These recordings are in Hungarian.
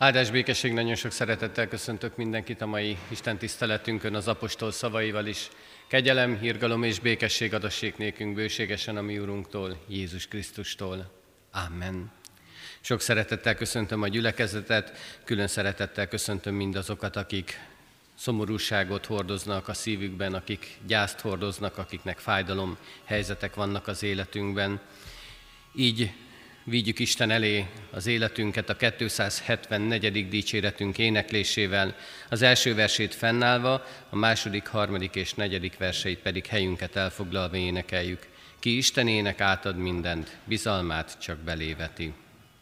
Áldás békesség, nagyon sok szeretettel köszöntök mindenkit a mai Isten tiszteletünkön az apostol szavaival is. Kegyelem, irgalom és békesség adassék nékünk bőségesen a mi Urunktól, Jézus Krisztustól. Amen. Sok szeretettel köszöntöm a gyülekezetet, külön szeretettel köszöntöm mindazokat, akik szomorúságot hordoznak a szívükben, akik gyászt hordoznak, akiknek fájdalom helyzetek vannak az életünkben. Így vigyük Isten elé az életünket a 274. dicséretünk éneklésével, az első versét fennállva, a második, harmadik és negyedik verseit pedig helyünket elfoglalva énekeljük. Ki Istenének átad mindent, bizalmát csak beléveti.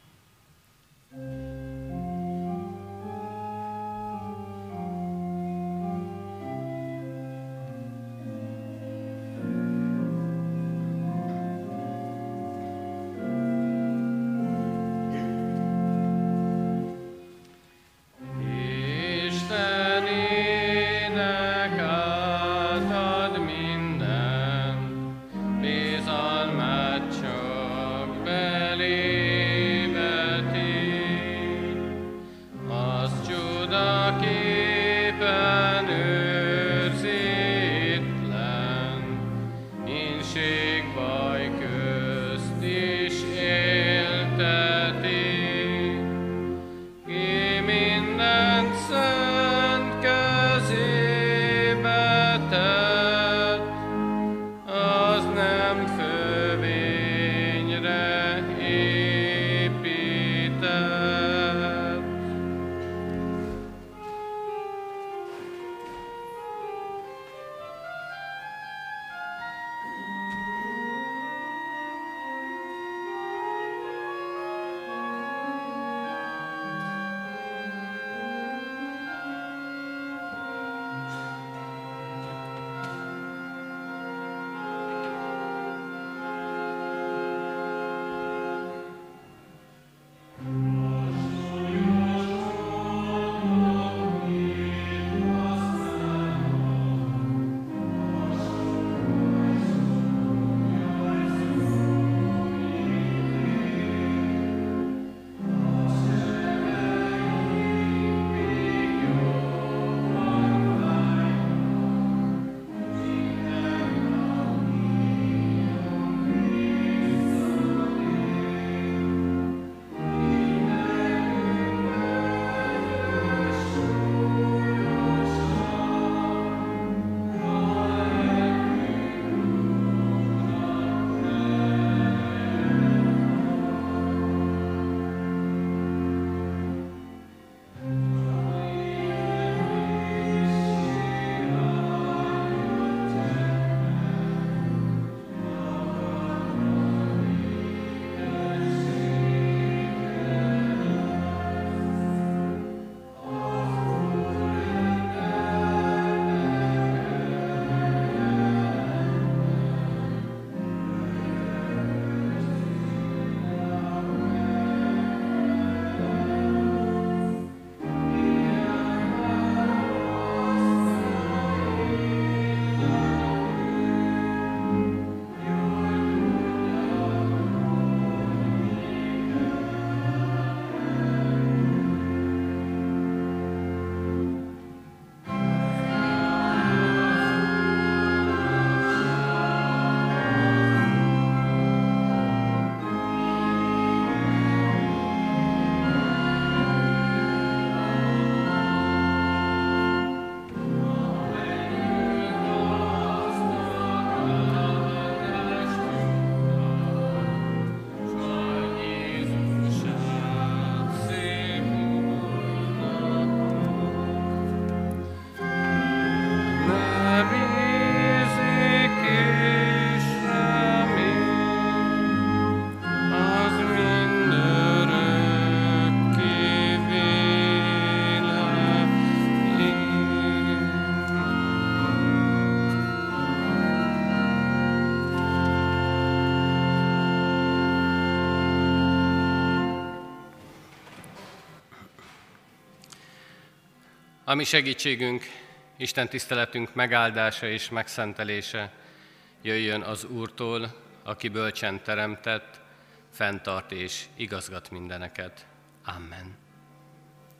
A mi segítségünk, Isten tiszteletünk megáldása és megszentelése jöjjön az Úrtól, aki bölcsen teremtett, fenntart és igazgat mindeneket. Amen.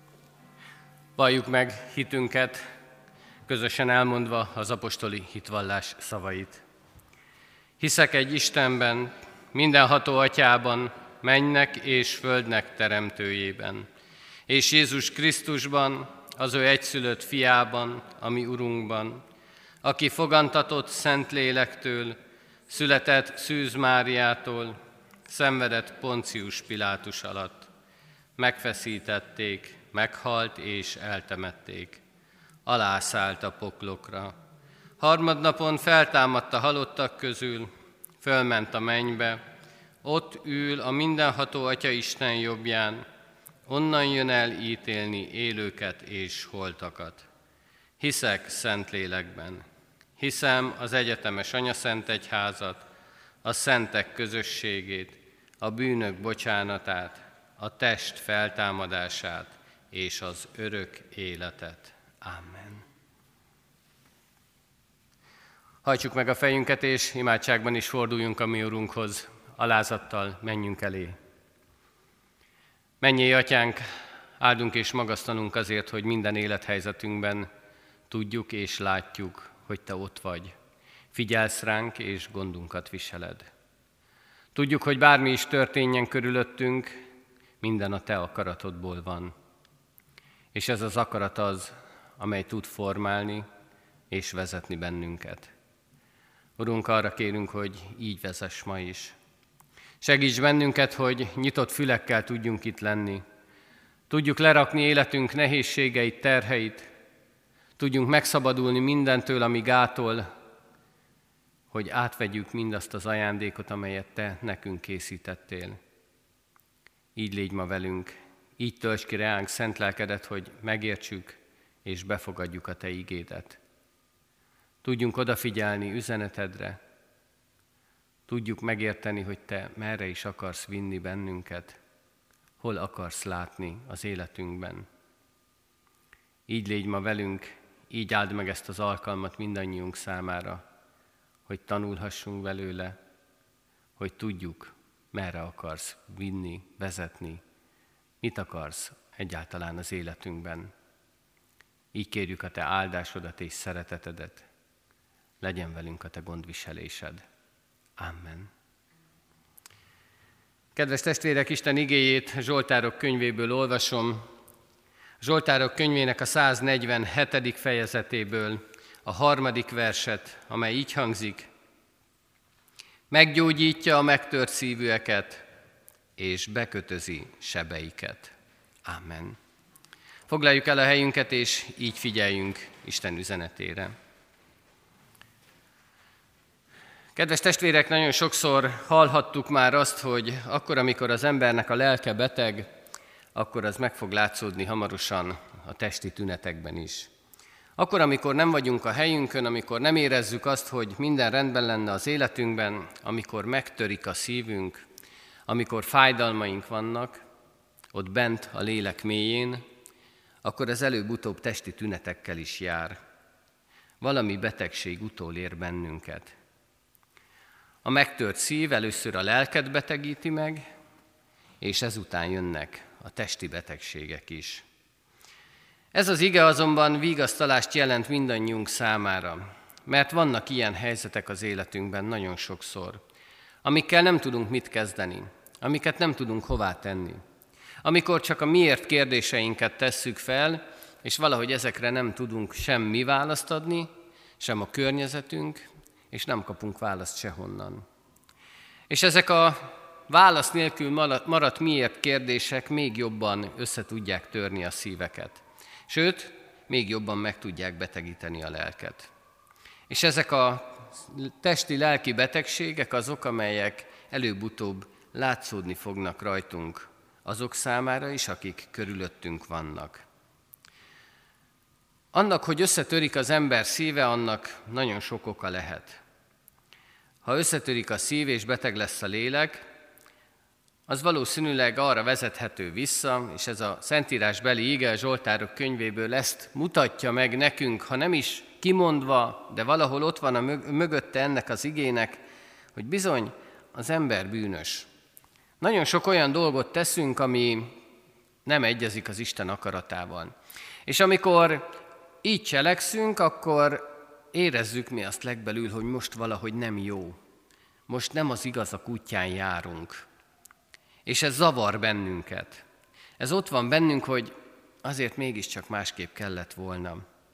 Valljuk meg hitünket, közösen elmondva az apostoli hitvallás szavait. Hiszek egy Istenben, mindenható Atyában, mennynek és földnek teremtőjében, és Jézus Krisztusban, az ő egyszülött fiában, a mi Urunkban, aki fogantatott Szentlélektől, született Szűz Máriától, szenvedett Poncius Pilátus alatt. Megfeszítették, meghalt és eltemették. Alászállt a poklokra. Harmadnapon feltámadt a halottak közül, fölment a mennybe, ott ül a mindenható Atya Isten jobbján, onnan jön el ítélni élőket és holtakat. Hiszek Szentlélekben, hiszem az egyetemes Anyaszent Egyházat, a szentek közösségét, a bűnök bocsánatát, a test feltámadását és az örök életet. Amen. Hajtsuk meg a fejünket, és imádságban is forduljunk a mi Urunkhoz, alázattal menjünk elé. Mennyei Atyánk, áldunk és magasztalunk azért, hogy minden élethelyzetünkben tudjuk és látjuk, hogy Te ott vagy. Figyelsz ránk, és gondunkat viseled. Tudjuk, hogy bármi is történjen körülöttünk, minden a Te akaratodból van. És ez az akarat az, amely tud formálni és vezetni bennünket. Urunk, arra kérünk, hogy így vezess ma is. Segíts bennünket, hogy nyitott fülekkel tudjunk itt lenni. Tudjuk lerakni életünk nehézségeit, terheit. Tudjunk megszabadulni mindentől, ami gátol, hogy átvegyük mindazt az ajándékot, amelyet Te nekünk készítettél. Így légy ma velünk, így töltsd ki reánk szent lelkedet, hogy megértsük és befogadjuk a Te igédet. Tudjunk odafigyelni üzenetedre, tudjuk megérteni, hogy Te merre is akarsz vinni bennünket, hol akarsz látni az életünkben. Így légy ma velünk, így áld meg ezt az alkalmat mindannyiunk számára, hogy tanulhassunk belőle, hogy tudjuk, merre akarsz vinni, vezetni, mit akarsz egyáltalán az életünkben. Így kérjük a Te áldásodat és szeretetedet. Legyen velünk a Te gondviselésed. Amen. Kedves testvérek, Isten igéjét Zsoltárok könyvéből olvasom. Zsoltárok könyvének a 147. fejezetéből a 3. verset, amely így hangzik: meggyógyítja a megtört szívűeket, és bekötözi sebeiket. Amen. Foglaljuk el a helyünket, és így figyeljünk Isten üzenetére. Kedves testvérek, nagyon sokszor hallhattuk már azt, hogy akkor, amikor az embernek a lelke beteg, akkor az meg fog látszódni hamarosan a testi tünetekben is. Akkor, amikor nem vagyunk a helyünkön, amikor nem érezzük azt, hogy minden rendben lenne az életünkben, amikor megtörik a szívünk, amikor fájdalmaink vannak, ott bent a lélek mélyén, akkor ez előbb-utóbb testi tünetekkel is jár. Valami betegség utolér bennünket. A megtört szív először a lelket betegíti meg, és ezután jönnek a testi betegségek is. Ez az ige azonban vigasztalást jelent mindannyiunk számára, mert vannak ilyen helyzetek az életünkben nagyon sokszor, amikkel nem tudunk mit kezdeni, amiket nem tudunk hová tenni. Amikor csak a miért kérdéseinket tesszük fel, és valahogy ezekre nem tudunk sem mi választ adni, sem a környezetünk, és nem kapunk választ sehonnan. És ezek a válasz nélkül maradt miért kérdések még jobban össze tudják törni a szíveket. Sőt, még jobban meg tudják betegíteni a lelket. És ezek a testi-lelki betegségek azok, amelyek előbb-utóbb látszódni fognak rajtunk azok számára is, akik körülöttünk vannak. Annak, hogy összetörik az ember szíve, annak nagyon sok oka lehet. Ha összetörik a szív és beteg lesz a lélek, az valószínűleg arra vezethető vissza, és ez a szentírásbeli ige a Zsoltárok könyvéből ezt mutatja meg nekünk, ha nem is kimondva, de valahol ott van a mögötte ennek az igének, hogy bizony az ember bűnös. Nagyon sok olyan dolgot teszünk, ami nem egyezik az Isten akaratával. És amikor így cselekszünk, akkor érezzük mi azt legbelül, hogy most valahogy nem jó. Most nem az igazak útján járunk. És ez zavar bennünket. Ez ott van bennünk, hogy azért mégiscsak másképp kellett volna.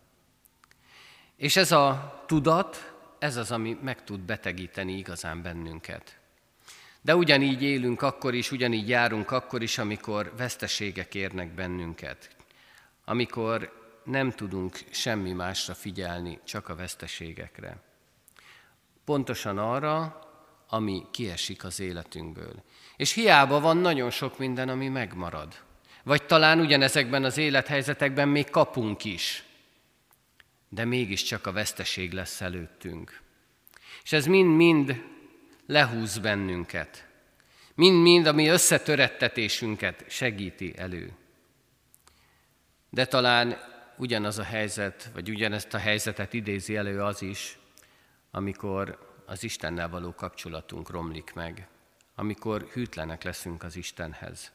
És ez a tudat, ez az, ami meg tud betegíteni igazán bennünket. De ugyanígy élünk akkor is, ugyanígy járunk akkor is, amikor veszteségek érnek bennünket. Amikor nem tudunk semmi másra figyelni, csak a veszteségekre. Pontosan arra, ami kiesik az életünkből. És hiába van nagyon sok minden, ami megmarad. Vagy talán ugyanezekben az élethelyzetekben még kapunk is. De mégiscsak a veszteség lesz előttünk. És ez mind-mind lehúz bennünket. Mind-mind a mi összetörettetésünket segíti elő. De talán ugyanaz a helyzet, vagy ugyanezt a helyzetet idézi elő az is, amikor az Istennel való kapcsolatunk romlik meg, amikor hűtlenek leszünk az Istenhez.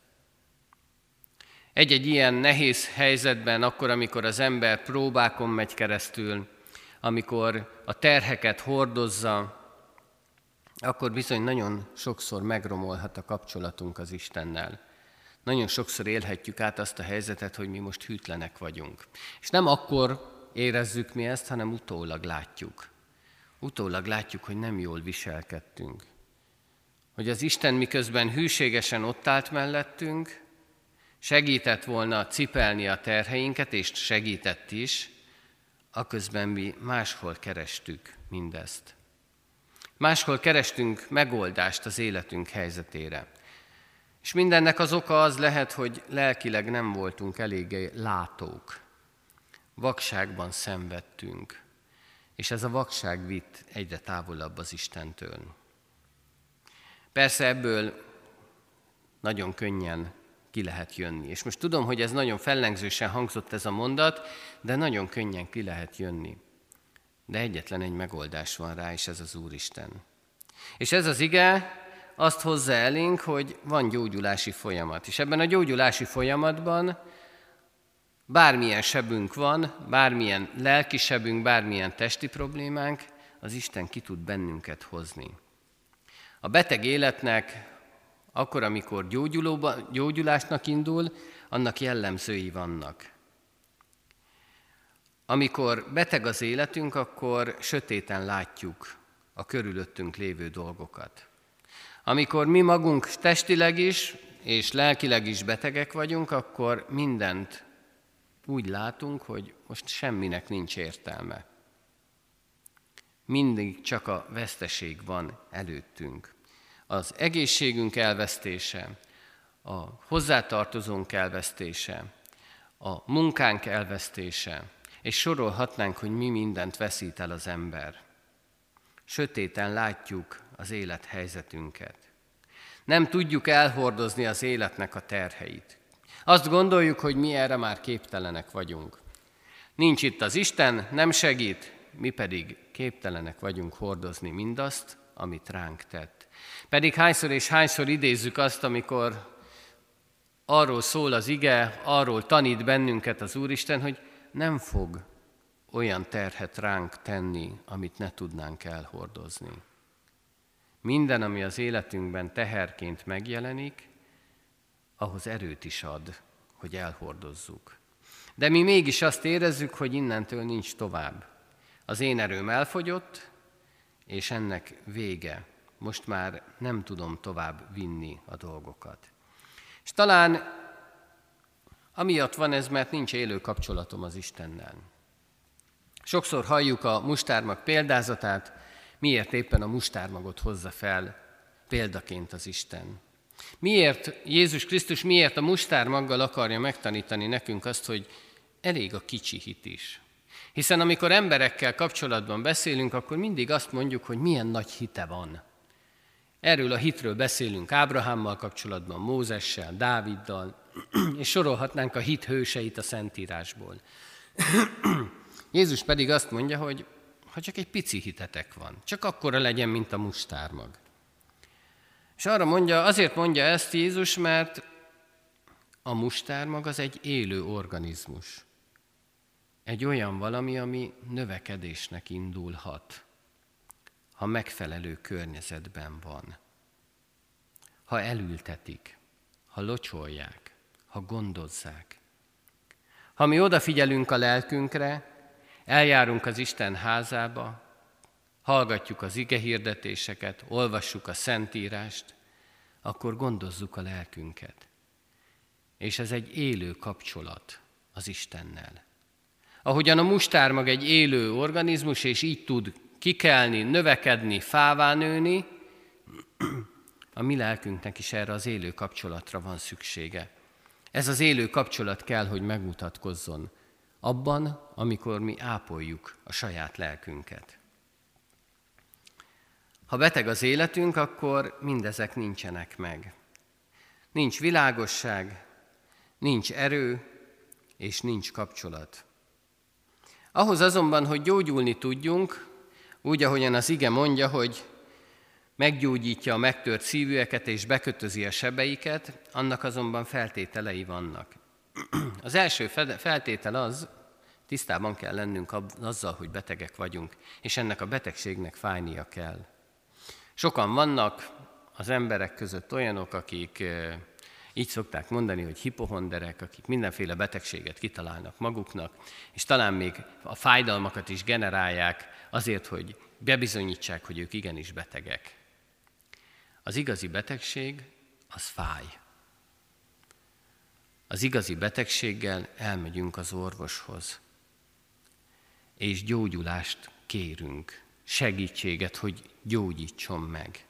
Egy-egy ilyen nehéz helyzetben, akkor, amikor az ember próbákon megy keresztül, amikor a terheket hordozza, akkor bizony nagyon sokszor megromolhat a kapcsolatunk az Istennel. Nagyon sokszor élhetjük át azt a helyzetet, hogy mi most hűtlenek vagyunk. És nem akkor érezzük mi ezt, hanem utólag látjuk. Utólag látjuk, hogy nem jól viselkedtünk. Hogy az Isten miközben hűségesen ott állt mellettünk, segített volna cipelni a terheinket, és segített is, aközben mi máshol kerestük mindezt. Máshol kerestünk megoldást az életünk helyzetére. És mindennek az oka az lehet, hogy lelkileg nem voltunk eléggé látók. Vakságban szenvedtünk, és ez a vakság vitt egyre távolabb az Istentől. Persze ebből nagyon könnyen ki lehet jönni. És most tudom, hogy ez nagyon fellengzősen hangzott ez a mondat, de nagyon könnyen ki lehet jönni. De egyetlen egy megoldás van rá, és ez az Úristen. És ez az ige azt hozza elénk, hogy van gyógyulási folyamat. És ebben a gyógyulási folyamatban bármilyen sebünk van, bármilyen lelki sebünk, bármilyen testi problémánk, az Isten ki tud bennünket hozni. A beteg életnek akkor, amikor gyógyulásnak indul, annak jellemzői vannak. Amikor beteg az életünk, akkor sötéten látjuk a körülöttünk lévő dolgokat. Amikor mi magunk testileg is és lelkileg is betegek vagyunk, akkor mindent úgy látunk, hogy most semminek nincs értelme. Mindig csak a veszteség van előttünk. Az egészségünk elvesztése, a hozzátartozónk elvesztése, a munkánk elvesztése, és sorolhatnánk, hogy mi mindent veszít el az ember. Sötéten látjuk az élethelyzetünket. Nem tudjuk elhordozni az életnek a terheit. Azt gondoljuk, hogy mi erre már képtelenek vagyunk. Nincs itt az Isten, nem segít, mi pedig képtelenek vagyunk hordozni mindazt, amit ránk tett. Pedig hányszor és hányszor idézzük azt, amikor arról szól az ige, arról tanít bennünket az Úristen, hogy nem fog olyan terhet ránk tenni, amit ne tudnánk elhordozni. Minden, ami az életünkben teherként megjelenik, ahhoz erőt is ad, hogy elhordozzuk. De mi mégis azt érezzük, hogy innentől nincs tovább. Az én erőm elfogyott, és ennek vége. Most már nem tudom tovább vinni a dolgokat. És talán amiatt van ez, mert nincs élő kapcsolatom az Istennel. Sokszor halljuk a mustármag példázatát, miért éppen a mustármagot hozza fel példaként az Isten. Jézus Krisztus miért a mustármaggal akarja megtanítani nekünk azt, hogy elég a kicsi hit is. Hiszen amikor emberekkel kapcsolatban beszélünk, akkor mindig azt mondjuk, hogy milyen nagy hite van. Erről a hitről beszélünk Ábrahámmal kapcsolatban, Mózessel, Dáviddal, és sorolhatnánk a hit hőseit a Szentírásból. Jézus pedig azt mondja, hogy ha csak egy pici hitetek van, csak akkora legyen, mint a mustármag. És azért mondja ezt Jézus, mert A mustármag az egy élő organizmus. Egy olyan valami, ami növekedésnek indulhat, ha megfelelő környezetben van. Ha elültetik, ha locsolják, ha gondozzák. Ha mi odafigyelünk a lelkünkre, eljárunk az Isten házába, hallgatjuk az igehirdetéseket, olvassuk a Szentírást, akkor gondozzuk a lelkünket. És ez egy élő kapcsolat az Istennel. Ahogyan a mustármag egy élő organizmus, és így tud kikelni, növekedni, fává nőni, a mi lelkünknek is erre az élő kapcsolatra van szüksége. Ez az élő kapcsolat kell, hogy megmutatkozzon abban, amikor mi ápoljuk a saját lelkünket. Ha beteg az életünk, akkor mindezek nincsenek meg. Nincs világosság, nincs erő, és nincs kapcsolat. Ahhoz azonban, hogy gyógyulni tudjunk, úgy, ahogyan az ige mondja, hogy meggyógyítja a megtört szívűeket és bekötözi a sebeiket, annak azonban feltételei vannak. Az első feltétel az, tisztában kell lennünk azzal, hogy betegek vagyunk, és ennek a betegségnek fájnia kell. Sokan vannak az emberek között olyanok, akik így szokták mondani, hogy hipohonderek, akik mindenféle betegséget kitalálnak maguknak, és talán még a fájdalmakat is generálják azért, hogy bebizonyítsák, hogy ők igenis betegek. Az igazi betegség, az fáj. Az igazi betegséggel elmegyünk az orvoshoz, és gyógyulást kérünk, segítséget, hogy gyógyítson meg.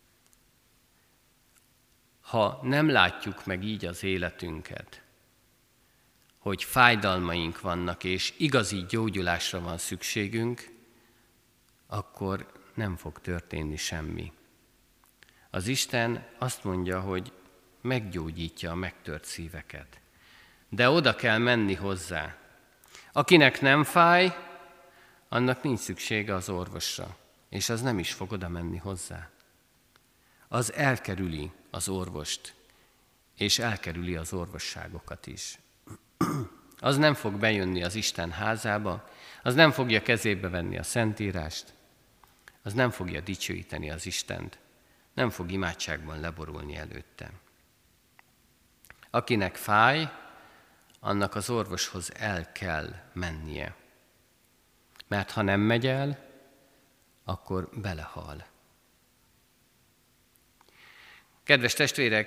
Ha nem látjuk meg így az életünket, hogy fájdalmaink vannak, és igazi gyógyulásra van szükségünk, akkor nem fog történni semmi. Az Isten azt mondja, hogy meggyógyítja a megtört szíveket. De oda kell menni hozzá. Akinek nem fáj, annak nincs szüksége az orvosra, és az nem is fog oda menni hozzá. Az elkerüli az orvost, és elkerüli az orvosságokat is. Az nem fog bejönni az Isten házába, az nem fogja kezébe venni a Szentírást, az nem fogja dicsőíteni az Istent, nem fog imádságban leborulni előtte. Akinek fáj, annak az orvoshoz el kell mennie. Mert ha nem megy el, akkor belehal. Kedves testvérek,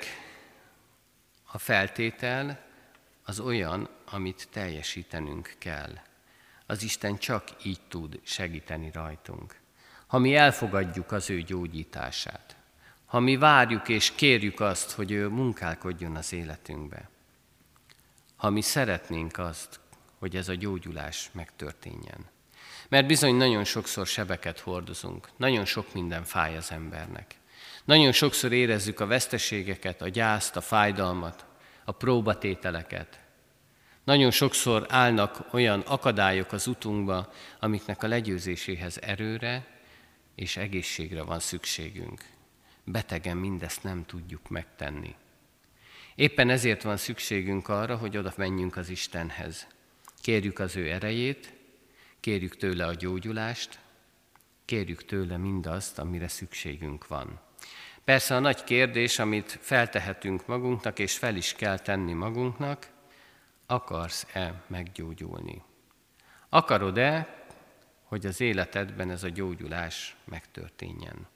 a feltétel az olyan, amit teljesítenünk kell. Az Isten csak így tud segíteni rajtunk. Ha mi elfogadjuk az ő gyógyítását, ha mi várjuk és kérjük azt, hogy ő munkálkodjon az életünkbe, ha mi szeretnénk azt, hogy ez a gyógyulás megtörténjen. Mert bizony nagyon sokszor sebeket hordozunk, nagyon sok minden fáj az embernek. Nagyon sokszor érezzük a veszteségeket, a gyászt, a fájdalmat, a próbatételeket. Nagyon sokszor állnak olyan akadályok az utunkba, amiknek a legyőzéséhez erőre és egészségre van szükségünk. Betegen mindezt nem tudjuk megtenni. Éppen ezért van szükségünk arra, hogy oda menjünk az Istenhez. Kérjük az ő erejét, kérjük tőle a gyógyulást, kérjük tőle mindazt, amire szükségünk van. Persze a nagy kérdés, amit feltehetünk magunknak, és fel is kell tenni magunknak, akarsz-e meggyógyulni? Akarod-e, hogy az életedben ez a gyógyulás megtörténjen?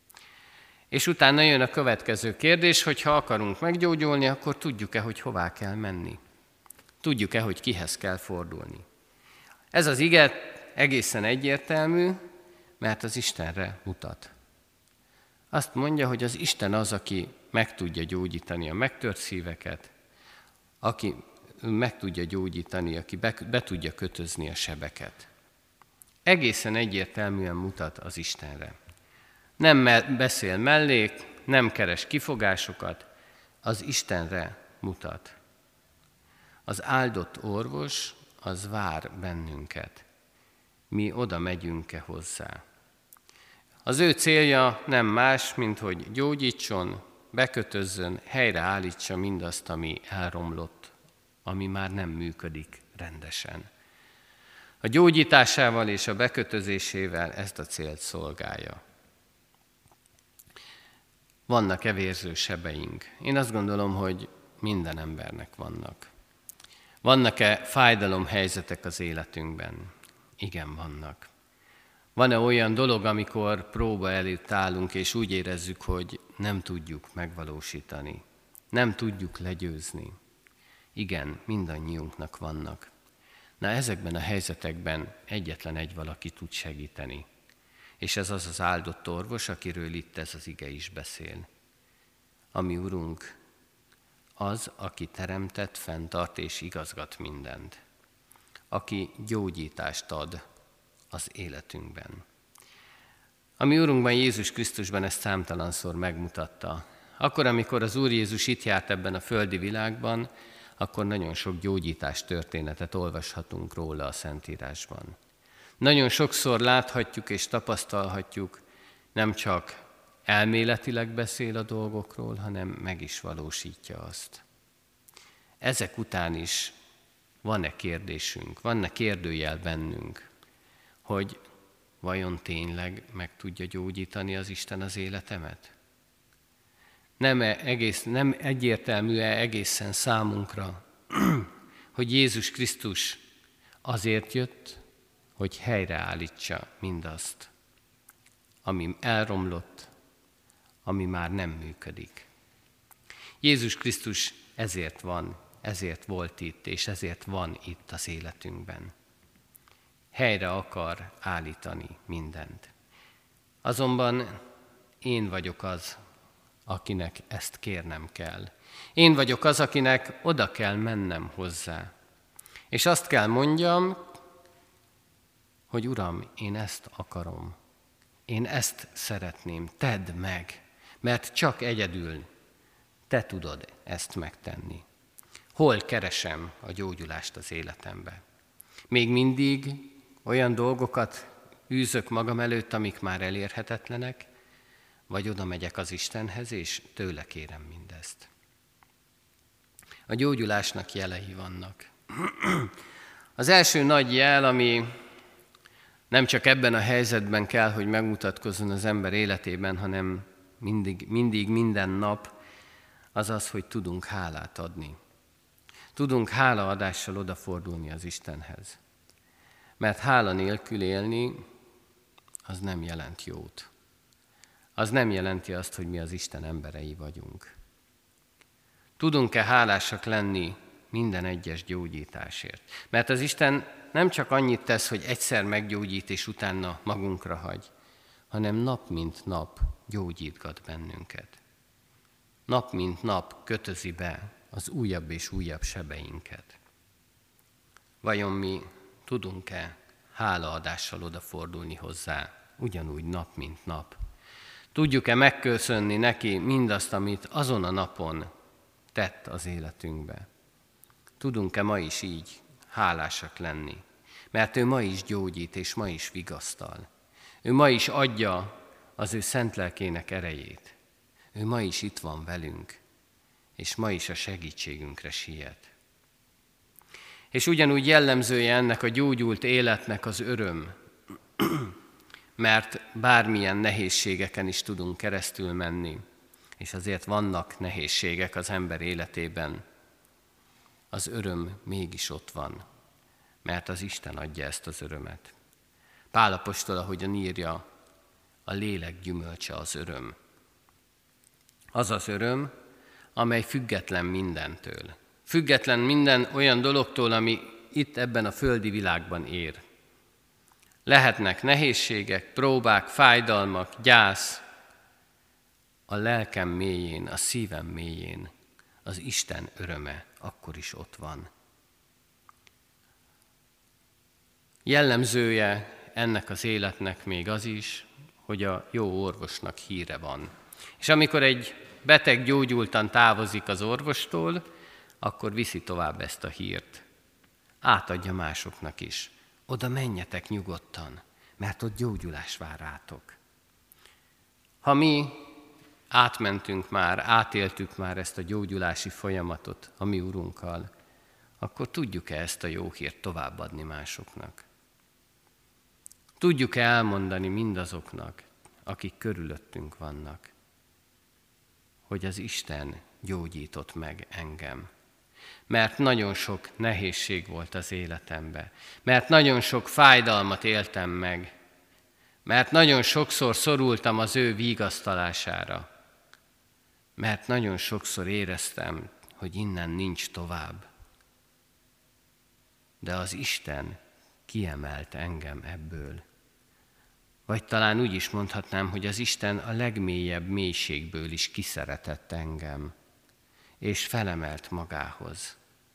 És utána jön a következő kérdés, hogy ha akarunk meggyógyulni, akkor tudjuk-e, hogy hová kell menni? Tudjuk-e, hogy kihez kell fordulni? Ez az ige egészen egyértelmű, mert az Istenre mutat. Azt mondja, hogy az Isten az, aki meg tudja gyógyítani a megtört szíveket, aki meg tudja gyógyítani, aki be tudja kötözni a sebeket. Egészen egyértelműen mutat az Istenre. Nem beszél mellék, nem keres kifogásokat, az Istenre mutat. Az áldott orvos, az vár bennünket. Mi oda megyünk-e hozzá? Az ő célja nem más, mint hogy gyógyítson, bekötözzön, helyreállítsa mindazt, ami elromlott, ami már nem működik rendesen. A gyógyításával és a bekötözésével ezt a célt szolgálja. Vannak-e vérzősebeink? Én azt gondolom, hogy minden embernek vannak. Vannak-e fájdalomhelyzetek az életünkben? Igen, vannak. Van-e olyan dolog, amikor próba előtt állunk, és úgy érezzük, hogy nem tudjuk megvalósítani, nem tudjuk legyőzni? Igen, mindannyiunknak vannak. Na, ezekben a helyzetekben egyetlen egy valaki tud segíteni. És ez az az áldott orvos, akiről itt ez az ige is beszél. A mi Urunk az, aki teremtett, fenntart és igazgat mindent. Aki gyógyítást ad az életünkben. A mi Urunkban, Jézus Krisztusban ezt számtalanszor megmutatta. Akkor, amikor az Úr Jézus itt járt ebben a földi világban, akkor nagyon sok gyógyítás történetet olvashatunk róla a Szentírásban. Nagyon sokszor láthatjuk és tapasztalhatjuk, nem csak elméletileg beszél a dolgokról, hanem meg is valósítja azt. Ezek után is van-e kérdésünk, van-e kérdőjel bennünk, hogy vajon tényleg meg tudja gyógyítani az Isten az életemet? Nem egyértelmű-e egészen számunkra, hogy Jézus Krisztus azért jött, hogy helyreállítsa mindazt, ami elromlott, ami már nem működik. Jézus Krisztus ezért van, ezért volt itt, és ezért van itt az életünkben. Helyre akar állítani mindent. Azonban én vagyok az, akinek ezt kérnem kell. Én vagyok az, akinek oda kell mennem hozzá. És azt kell mondjam, hogy Uram, én ezt akarom. Én ezt szeretném, tedd meg, mert csak egyedül te tudod ezt megtenni. Hol keresem a gyógyulást az életembe? Még mindig olyan dolgokat űzök magam előtt, amik már elérhetetlenek, vagy oda megyek az Istenhez, és tőle kérem mindezt. A gyógyulásnak jelei vannak. Az első nagy jel, ami nem csak ebben a helyzetben kell, hogy megmutatkozzon az ember életében, hanem mindig, minden nap, az az, hogy tudunk hálát adni. Tudunk hálaadással odafordulni az Istenhez. Mert hála nélkül élni, az nem jelent jót. Az nem jelenti azt, hogy mi az Isten emberei vagyunk. Tudunk-e hálásak lenni minden egyes gyógyításért? Mert az Isten nem csak annyit tesz, hogy egyszer meggyógyít, és utána magunkra hagy, hanem nap mint nap gyógyítgat bennünket. Nap mint nap kötözi be az újabb és újabb sebeinket. Vajon mi tudunk-e hálaadással odafordulni hozzá, ugyanúgy nap mint nap? Tudjuk-e megköszönni neki mindazt, amit azon a napon tett az életünkbe? Tudunk-e ma is így hálásak lenni? Mert ő ma is gyógyít, és ma is vigasztal. Ő ma is adja az ő szent lelkének erejét. Ő ma is itt van velünk, és ma is a segítségünkre siet. És ugyanúgy jellemzője ennek a gyógyult életnek az öröm, mert bármilyen nehézségeken is tudunk keresztül menni, és azért vannak nehézségek az ember életében, az öröm mégis ott van, mert az Isten adja ezt az örömet. Pál apostol, ahogyan írja, a lélek gyümölcse az öröm. Az az öröm, amely független mindentől. Független minden olyan dologtól, ami itt ebben a földi világban ér. Lehetnek nehézségek, próbák, fájdalmak, gyász. A lelkem mélyén, a szívem mélyén az Isten öröme akkor is ott van. Jellemzője ennek az életnek még az is, hogy a jó orvosnak híre van. És amikor egy beteg gyógyultan távozik az orvostól, akkor viszi tovább ezt a hírt. Átadja másoknak is. Oda menjetek nyugodtan, mert ott gyógyulás vár rátok. Ha mi átmentünk már, átéltük már ezt a gyógyulási folyamatot a mi Urunkkal, akkor tudjuk-e ezt a jó hírt továbbadni másoknak? Tudjuk-e elmondani mindazoknak, akik körülöttünk vannak, hogy az Isten gyógyított meg engem? Mert nagyon sok nehézség volt az életemben, mert nagyon sok fájdalmat éltem meg, mert nagyon sokszor szorultam az ő vigasztalására, mert nagyon sokszor éreztem, hogy innen nincs tovább. De az Isten kiemelt engem ebből. Vagy talán úgy is mondhatnám, hogy az Isten a legmélyebb mélységből is kiszeretett engem, és felemelt magához.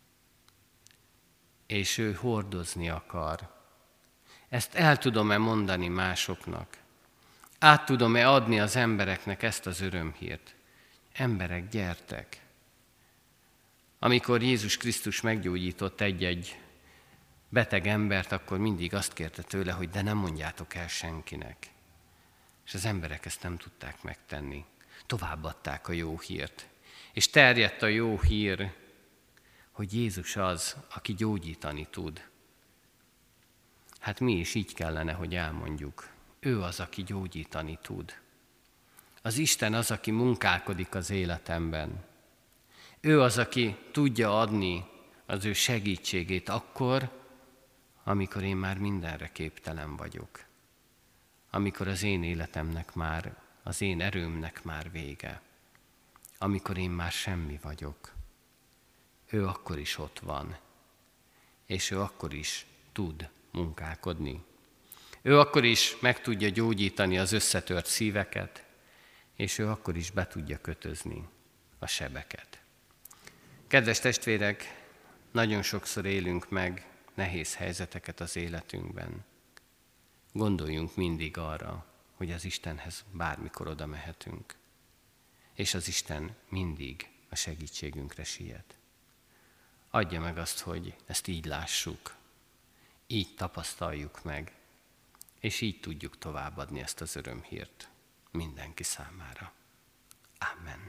És ő hordozni akar. Ezt el tudom-e mondani másoknak? Át tudom-e adni az embereknek ezt az örömhírt? Emberek, gyertek! Amikor Jézus Krisztus meggyógyított egy-egy beteg embert, akkor mindig azt kérte tőle, hogy de nem mondjátok el senkinek. És az emberek ezt nem tudták megtenni. Továbbadták a jó hírt. És terjedt a jó hír, hogy Jézus az, aki gyógyítani tud. Hát mi is így kellene, hogy elmondjuk. Ő az, aki gyógyítani tud. Az Isten az, aki munkálkodik az életemben. Ő az, aki tudja adni az ő segítségét akkor, amikor én már mindenre képtelen vagyok. Amikor az én életemnek már, az én erőmnek már vége. Amikor én már semmi vagyok. Ő akkor is ott van. És ő akkor is tud munkálkodni. Ő akkor is meg tudja gyógyítani az összetört szíveket, és ő akkor is be tudja kötözni a sebeket. Kedves testvérek, nagyon sokszor élünk meg nehéz helyzeteket az életünkben. Gondoljunk mindig arra, hogy az Istenhez bármikor oda mehetünk, és az Isten mindig a segítségünkre siet. Adja meg azt, hogy ezt így lássuk, így tapasztaljuk meg, és így tudjuk továbbadni ezt az örömhírt mindenki számára. Amen.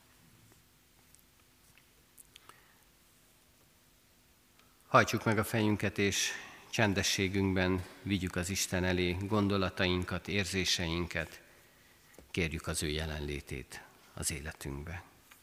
Hajtsuk meg a fejünket, és csendességünkben vigyük az Isten elé gondolatainkat, érzéseinket, kérjük az ő jelenlétét az életünkbe.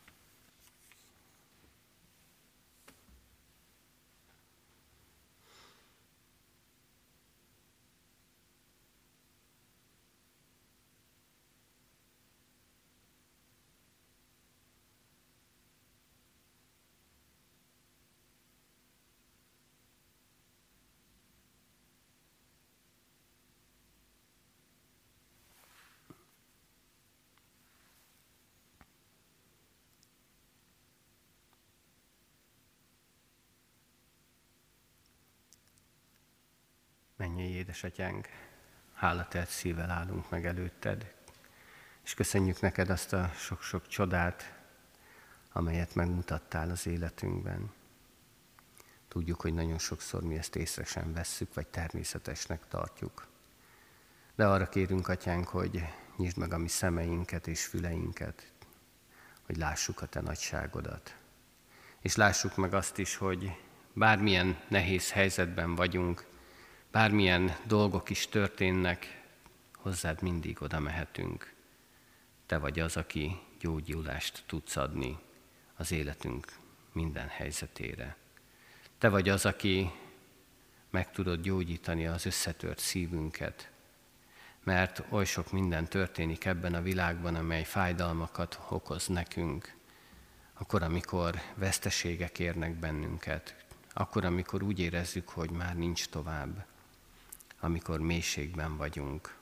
Mennyei édesatyánk, hálatelt szívvel állunk meg előtted, és köszönjük neked azt a sok-sok csodát, amelyet megmutattál az életünkben. Tudjuk, hogy nagyon sokszor mi ezt észre sem vesszük, vagy természetesnek tartjuk. De arra kérünk, atyánk, hogy nyisd meg a mi szemeinket és füleinket, hogy lássuk a te nagyságodat. És lássuk meg azt is, hogy bármilyen nehéz helyzetben vagyunk, bármilyen dolgok is történnek, hozzád mindig oda mehetünk. Te vagy az, aki gyógyulást tudsz adni az életünk minden helyzetére. Te vagy az, aki meg tudod gyógyítani az összetört szívünket, mert oly sok minden történik ebben a világban, amely fájdalmakat okoz nekünk. Akkor, amikor veszteségek érnek bennünket, akkor, amikor úgy érezzük, hogy már nincs tovább, amikor mélységben vagyunk,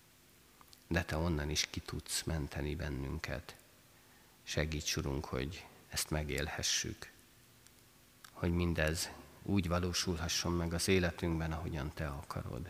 de te onnan is ki tudsz menteni bennünket. Segíts, Urunk, hogy ezt megélhessük, hogy mindez úgy valósulhasson meg az életünkben, ahogyan te akarod.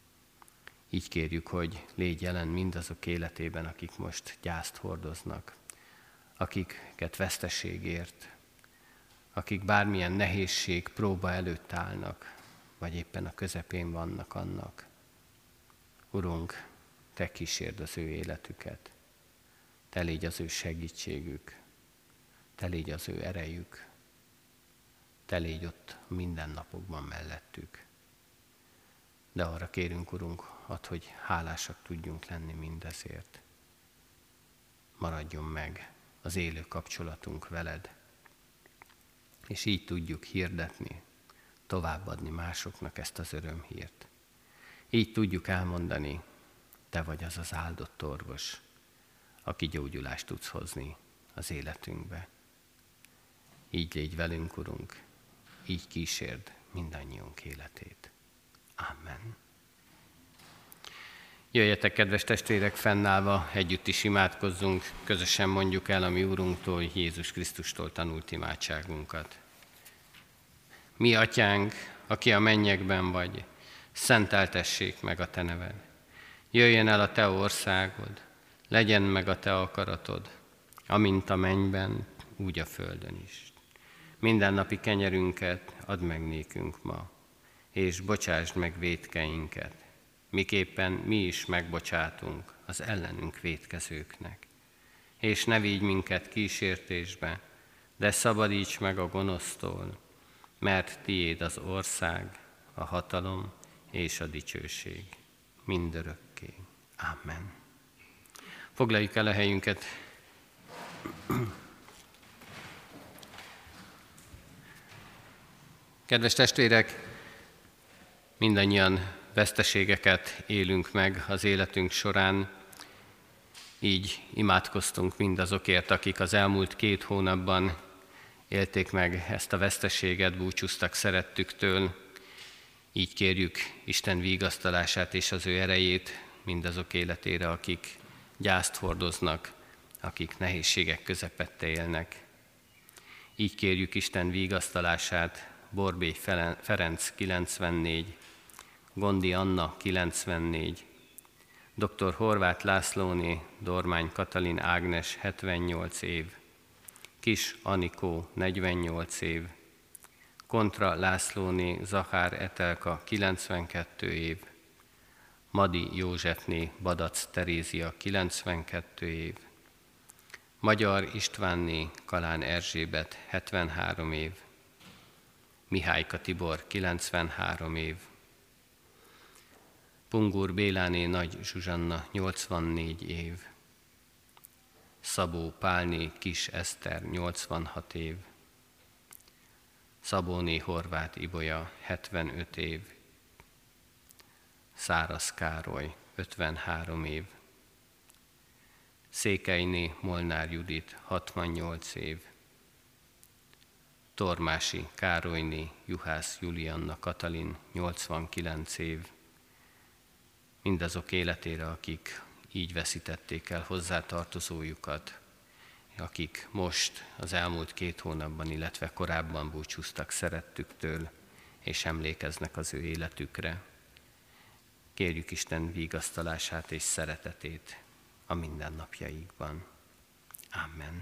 Így kérjük, hogy légy jelen mindazok életében, akik most gyászt hordoznak, akiket veszteségért, akik bármilyen nehézség, próba előtt állnak, vagy éppen a közepén vannak annak. Urunk, te kísérd az ő életüket. Te légy az ő segítségük, Te légy az ő erejük, Te légy ott mindennapokban mellettük. De arra kérünk, Urunk, add, hogy hálásak tudjunk lenni mindezért. Maradjon meg az élő kapcsolatunk veled, és így tudjuk hirdetni, továbbadni másoknak ezt az örömhírt. Így tudjuk elmondani, Te vagy az az áldott orvos, aki gyógyulást tudsz hozni az életünkbe. Így légy velünk, Urunk, így kísérd mindannyiunk életét. Amen. Jöjjetek, kedves testvérek, fennállva, együtt is imádkozzunk, közösen mondjuk el a mi Úrunktól, Jézus Krisztustól tanult imádságunkat. Mi atyánk, aki a mennyekben vagy, szenteltessék meg a te neved. Jöjjön el a te országod, legyen meg a te akaratod, amint a mennyben, úgy a földön is. Mindennapi kenyerünket add meg nékünk ma, és bocsásd meg vétkeinket, miképpen mi is megbocsátunk az ellenünk vétkezőknek. És ne vigy minket kísértésbe, de szabadíts meg a gonosztól, mert tiéd az ország, a hatalom és a dicsőség mindörökké. Amen. Foglaljuk el a helyünket. Kedves testvérek, mindannyian veszteségeket élünk meg az életünk során, így imádkoztunk mindazokért, akik az elmúlt 2 hónapban élték meg ezt a veszteséget, búcsúztak szerettüktől. Így kérjük Isten vigasztalását és az ő erejét mindazok életére, akik gyászt hordoznak, akik nehézségek közepette élnek. Így kérjük Isten vigasztalását Borbély Ferenc 94, Gondi Anna 94, dr. Horváth Lászlóné, Dormány Katalin Ágnes 78 év, Kis Anikó 48 év, Kontra Lászlóné Zahár Etelka 92 év, Madi Józsefné Badac Terézia 92 év, Magyar Istvánné Kalán Erzsébet 73 év, Mihályka Tibor 93 év, Pungur Béláné Nagy Zsuzsanna 84 év, Szabó Pálné Kis Eszter 86 év, Szabóné Horváth Ibolya 75 év, Száraz Károly 53 év, Székelyné Molnár Judit 68 év, Tormási Károlyné Juhász Julianna Katalin 89 év, mindazok életére, akik így veszítették el hozzátartozójukat, akik most az elmúlt 2 hónapban, illetve korábban búcsúztak szerettüktől, és emlékeznek az ő életükre. Kérjük Isten vigasztalását és szeretetét a mindennapjaikban. Amen.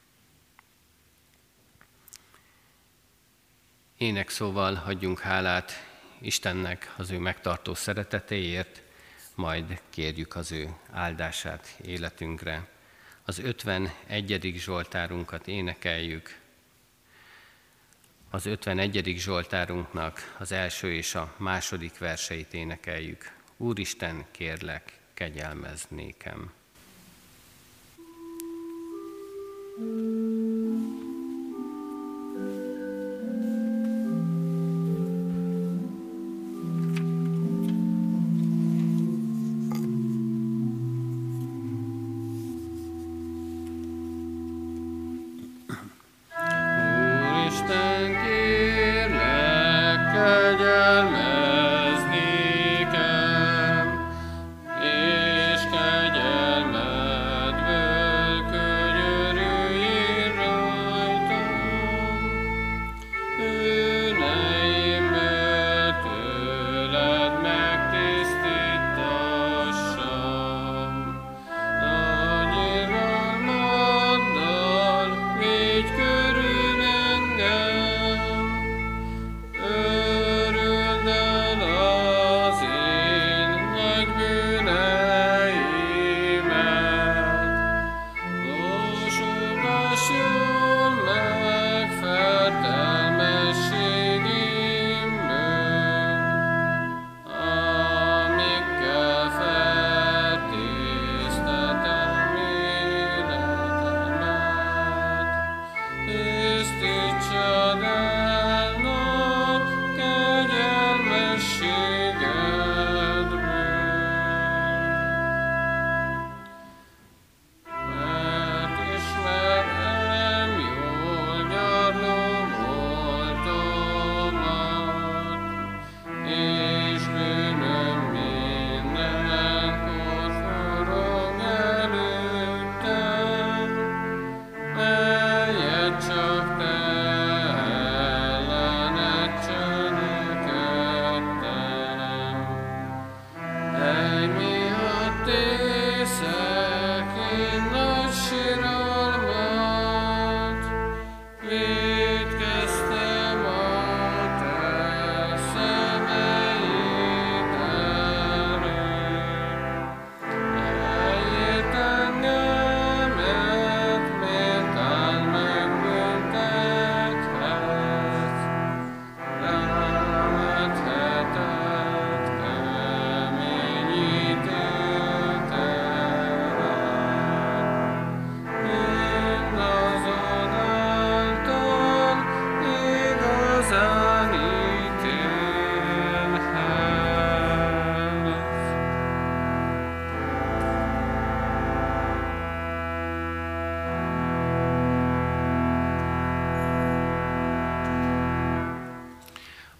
Énekszóval adjunk hálát Istennek az ő megtartó szeretetéért, majd kérjük az ő áldását életünkre. Az 51. Zsoltárunkat énekeljük. Az 51. Zsoltárunknak az első és a második verseit énekeljük. Úristen, kérlek, kegyelmezz nékem. És kegyelmedből könyörülj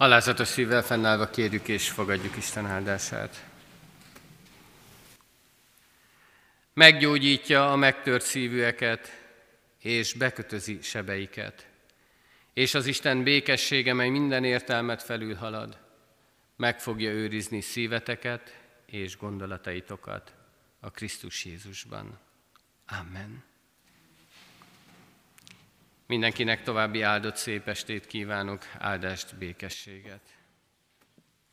Alázatos szívvel fennállva kérjük és fogadjuk Isten áldását. Meggyógyítja a megtört szívűeket, és bekötözi sebeiket. És az Isten békessége, mely minden értelmet felülhalad, meg fogja őrizni szíveteket és gondolataitokat a Krisztus Jézusban. Amen. Mindenkinek további áldott szép estét kívánok, áldást, békességet.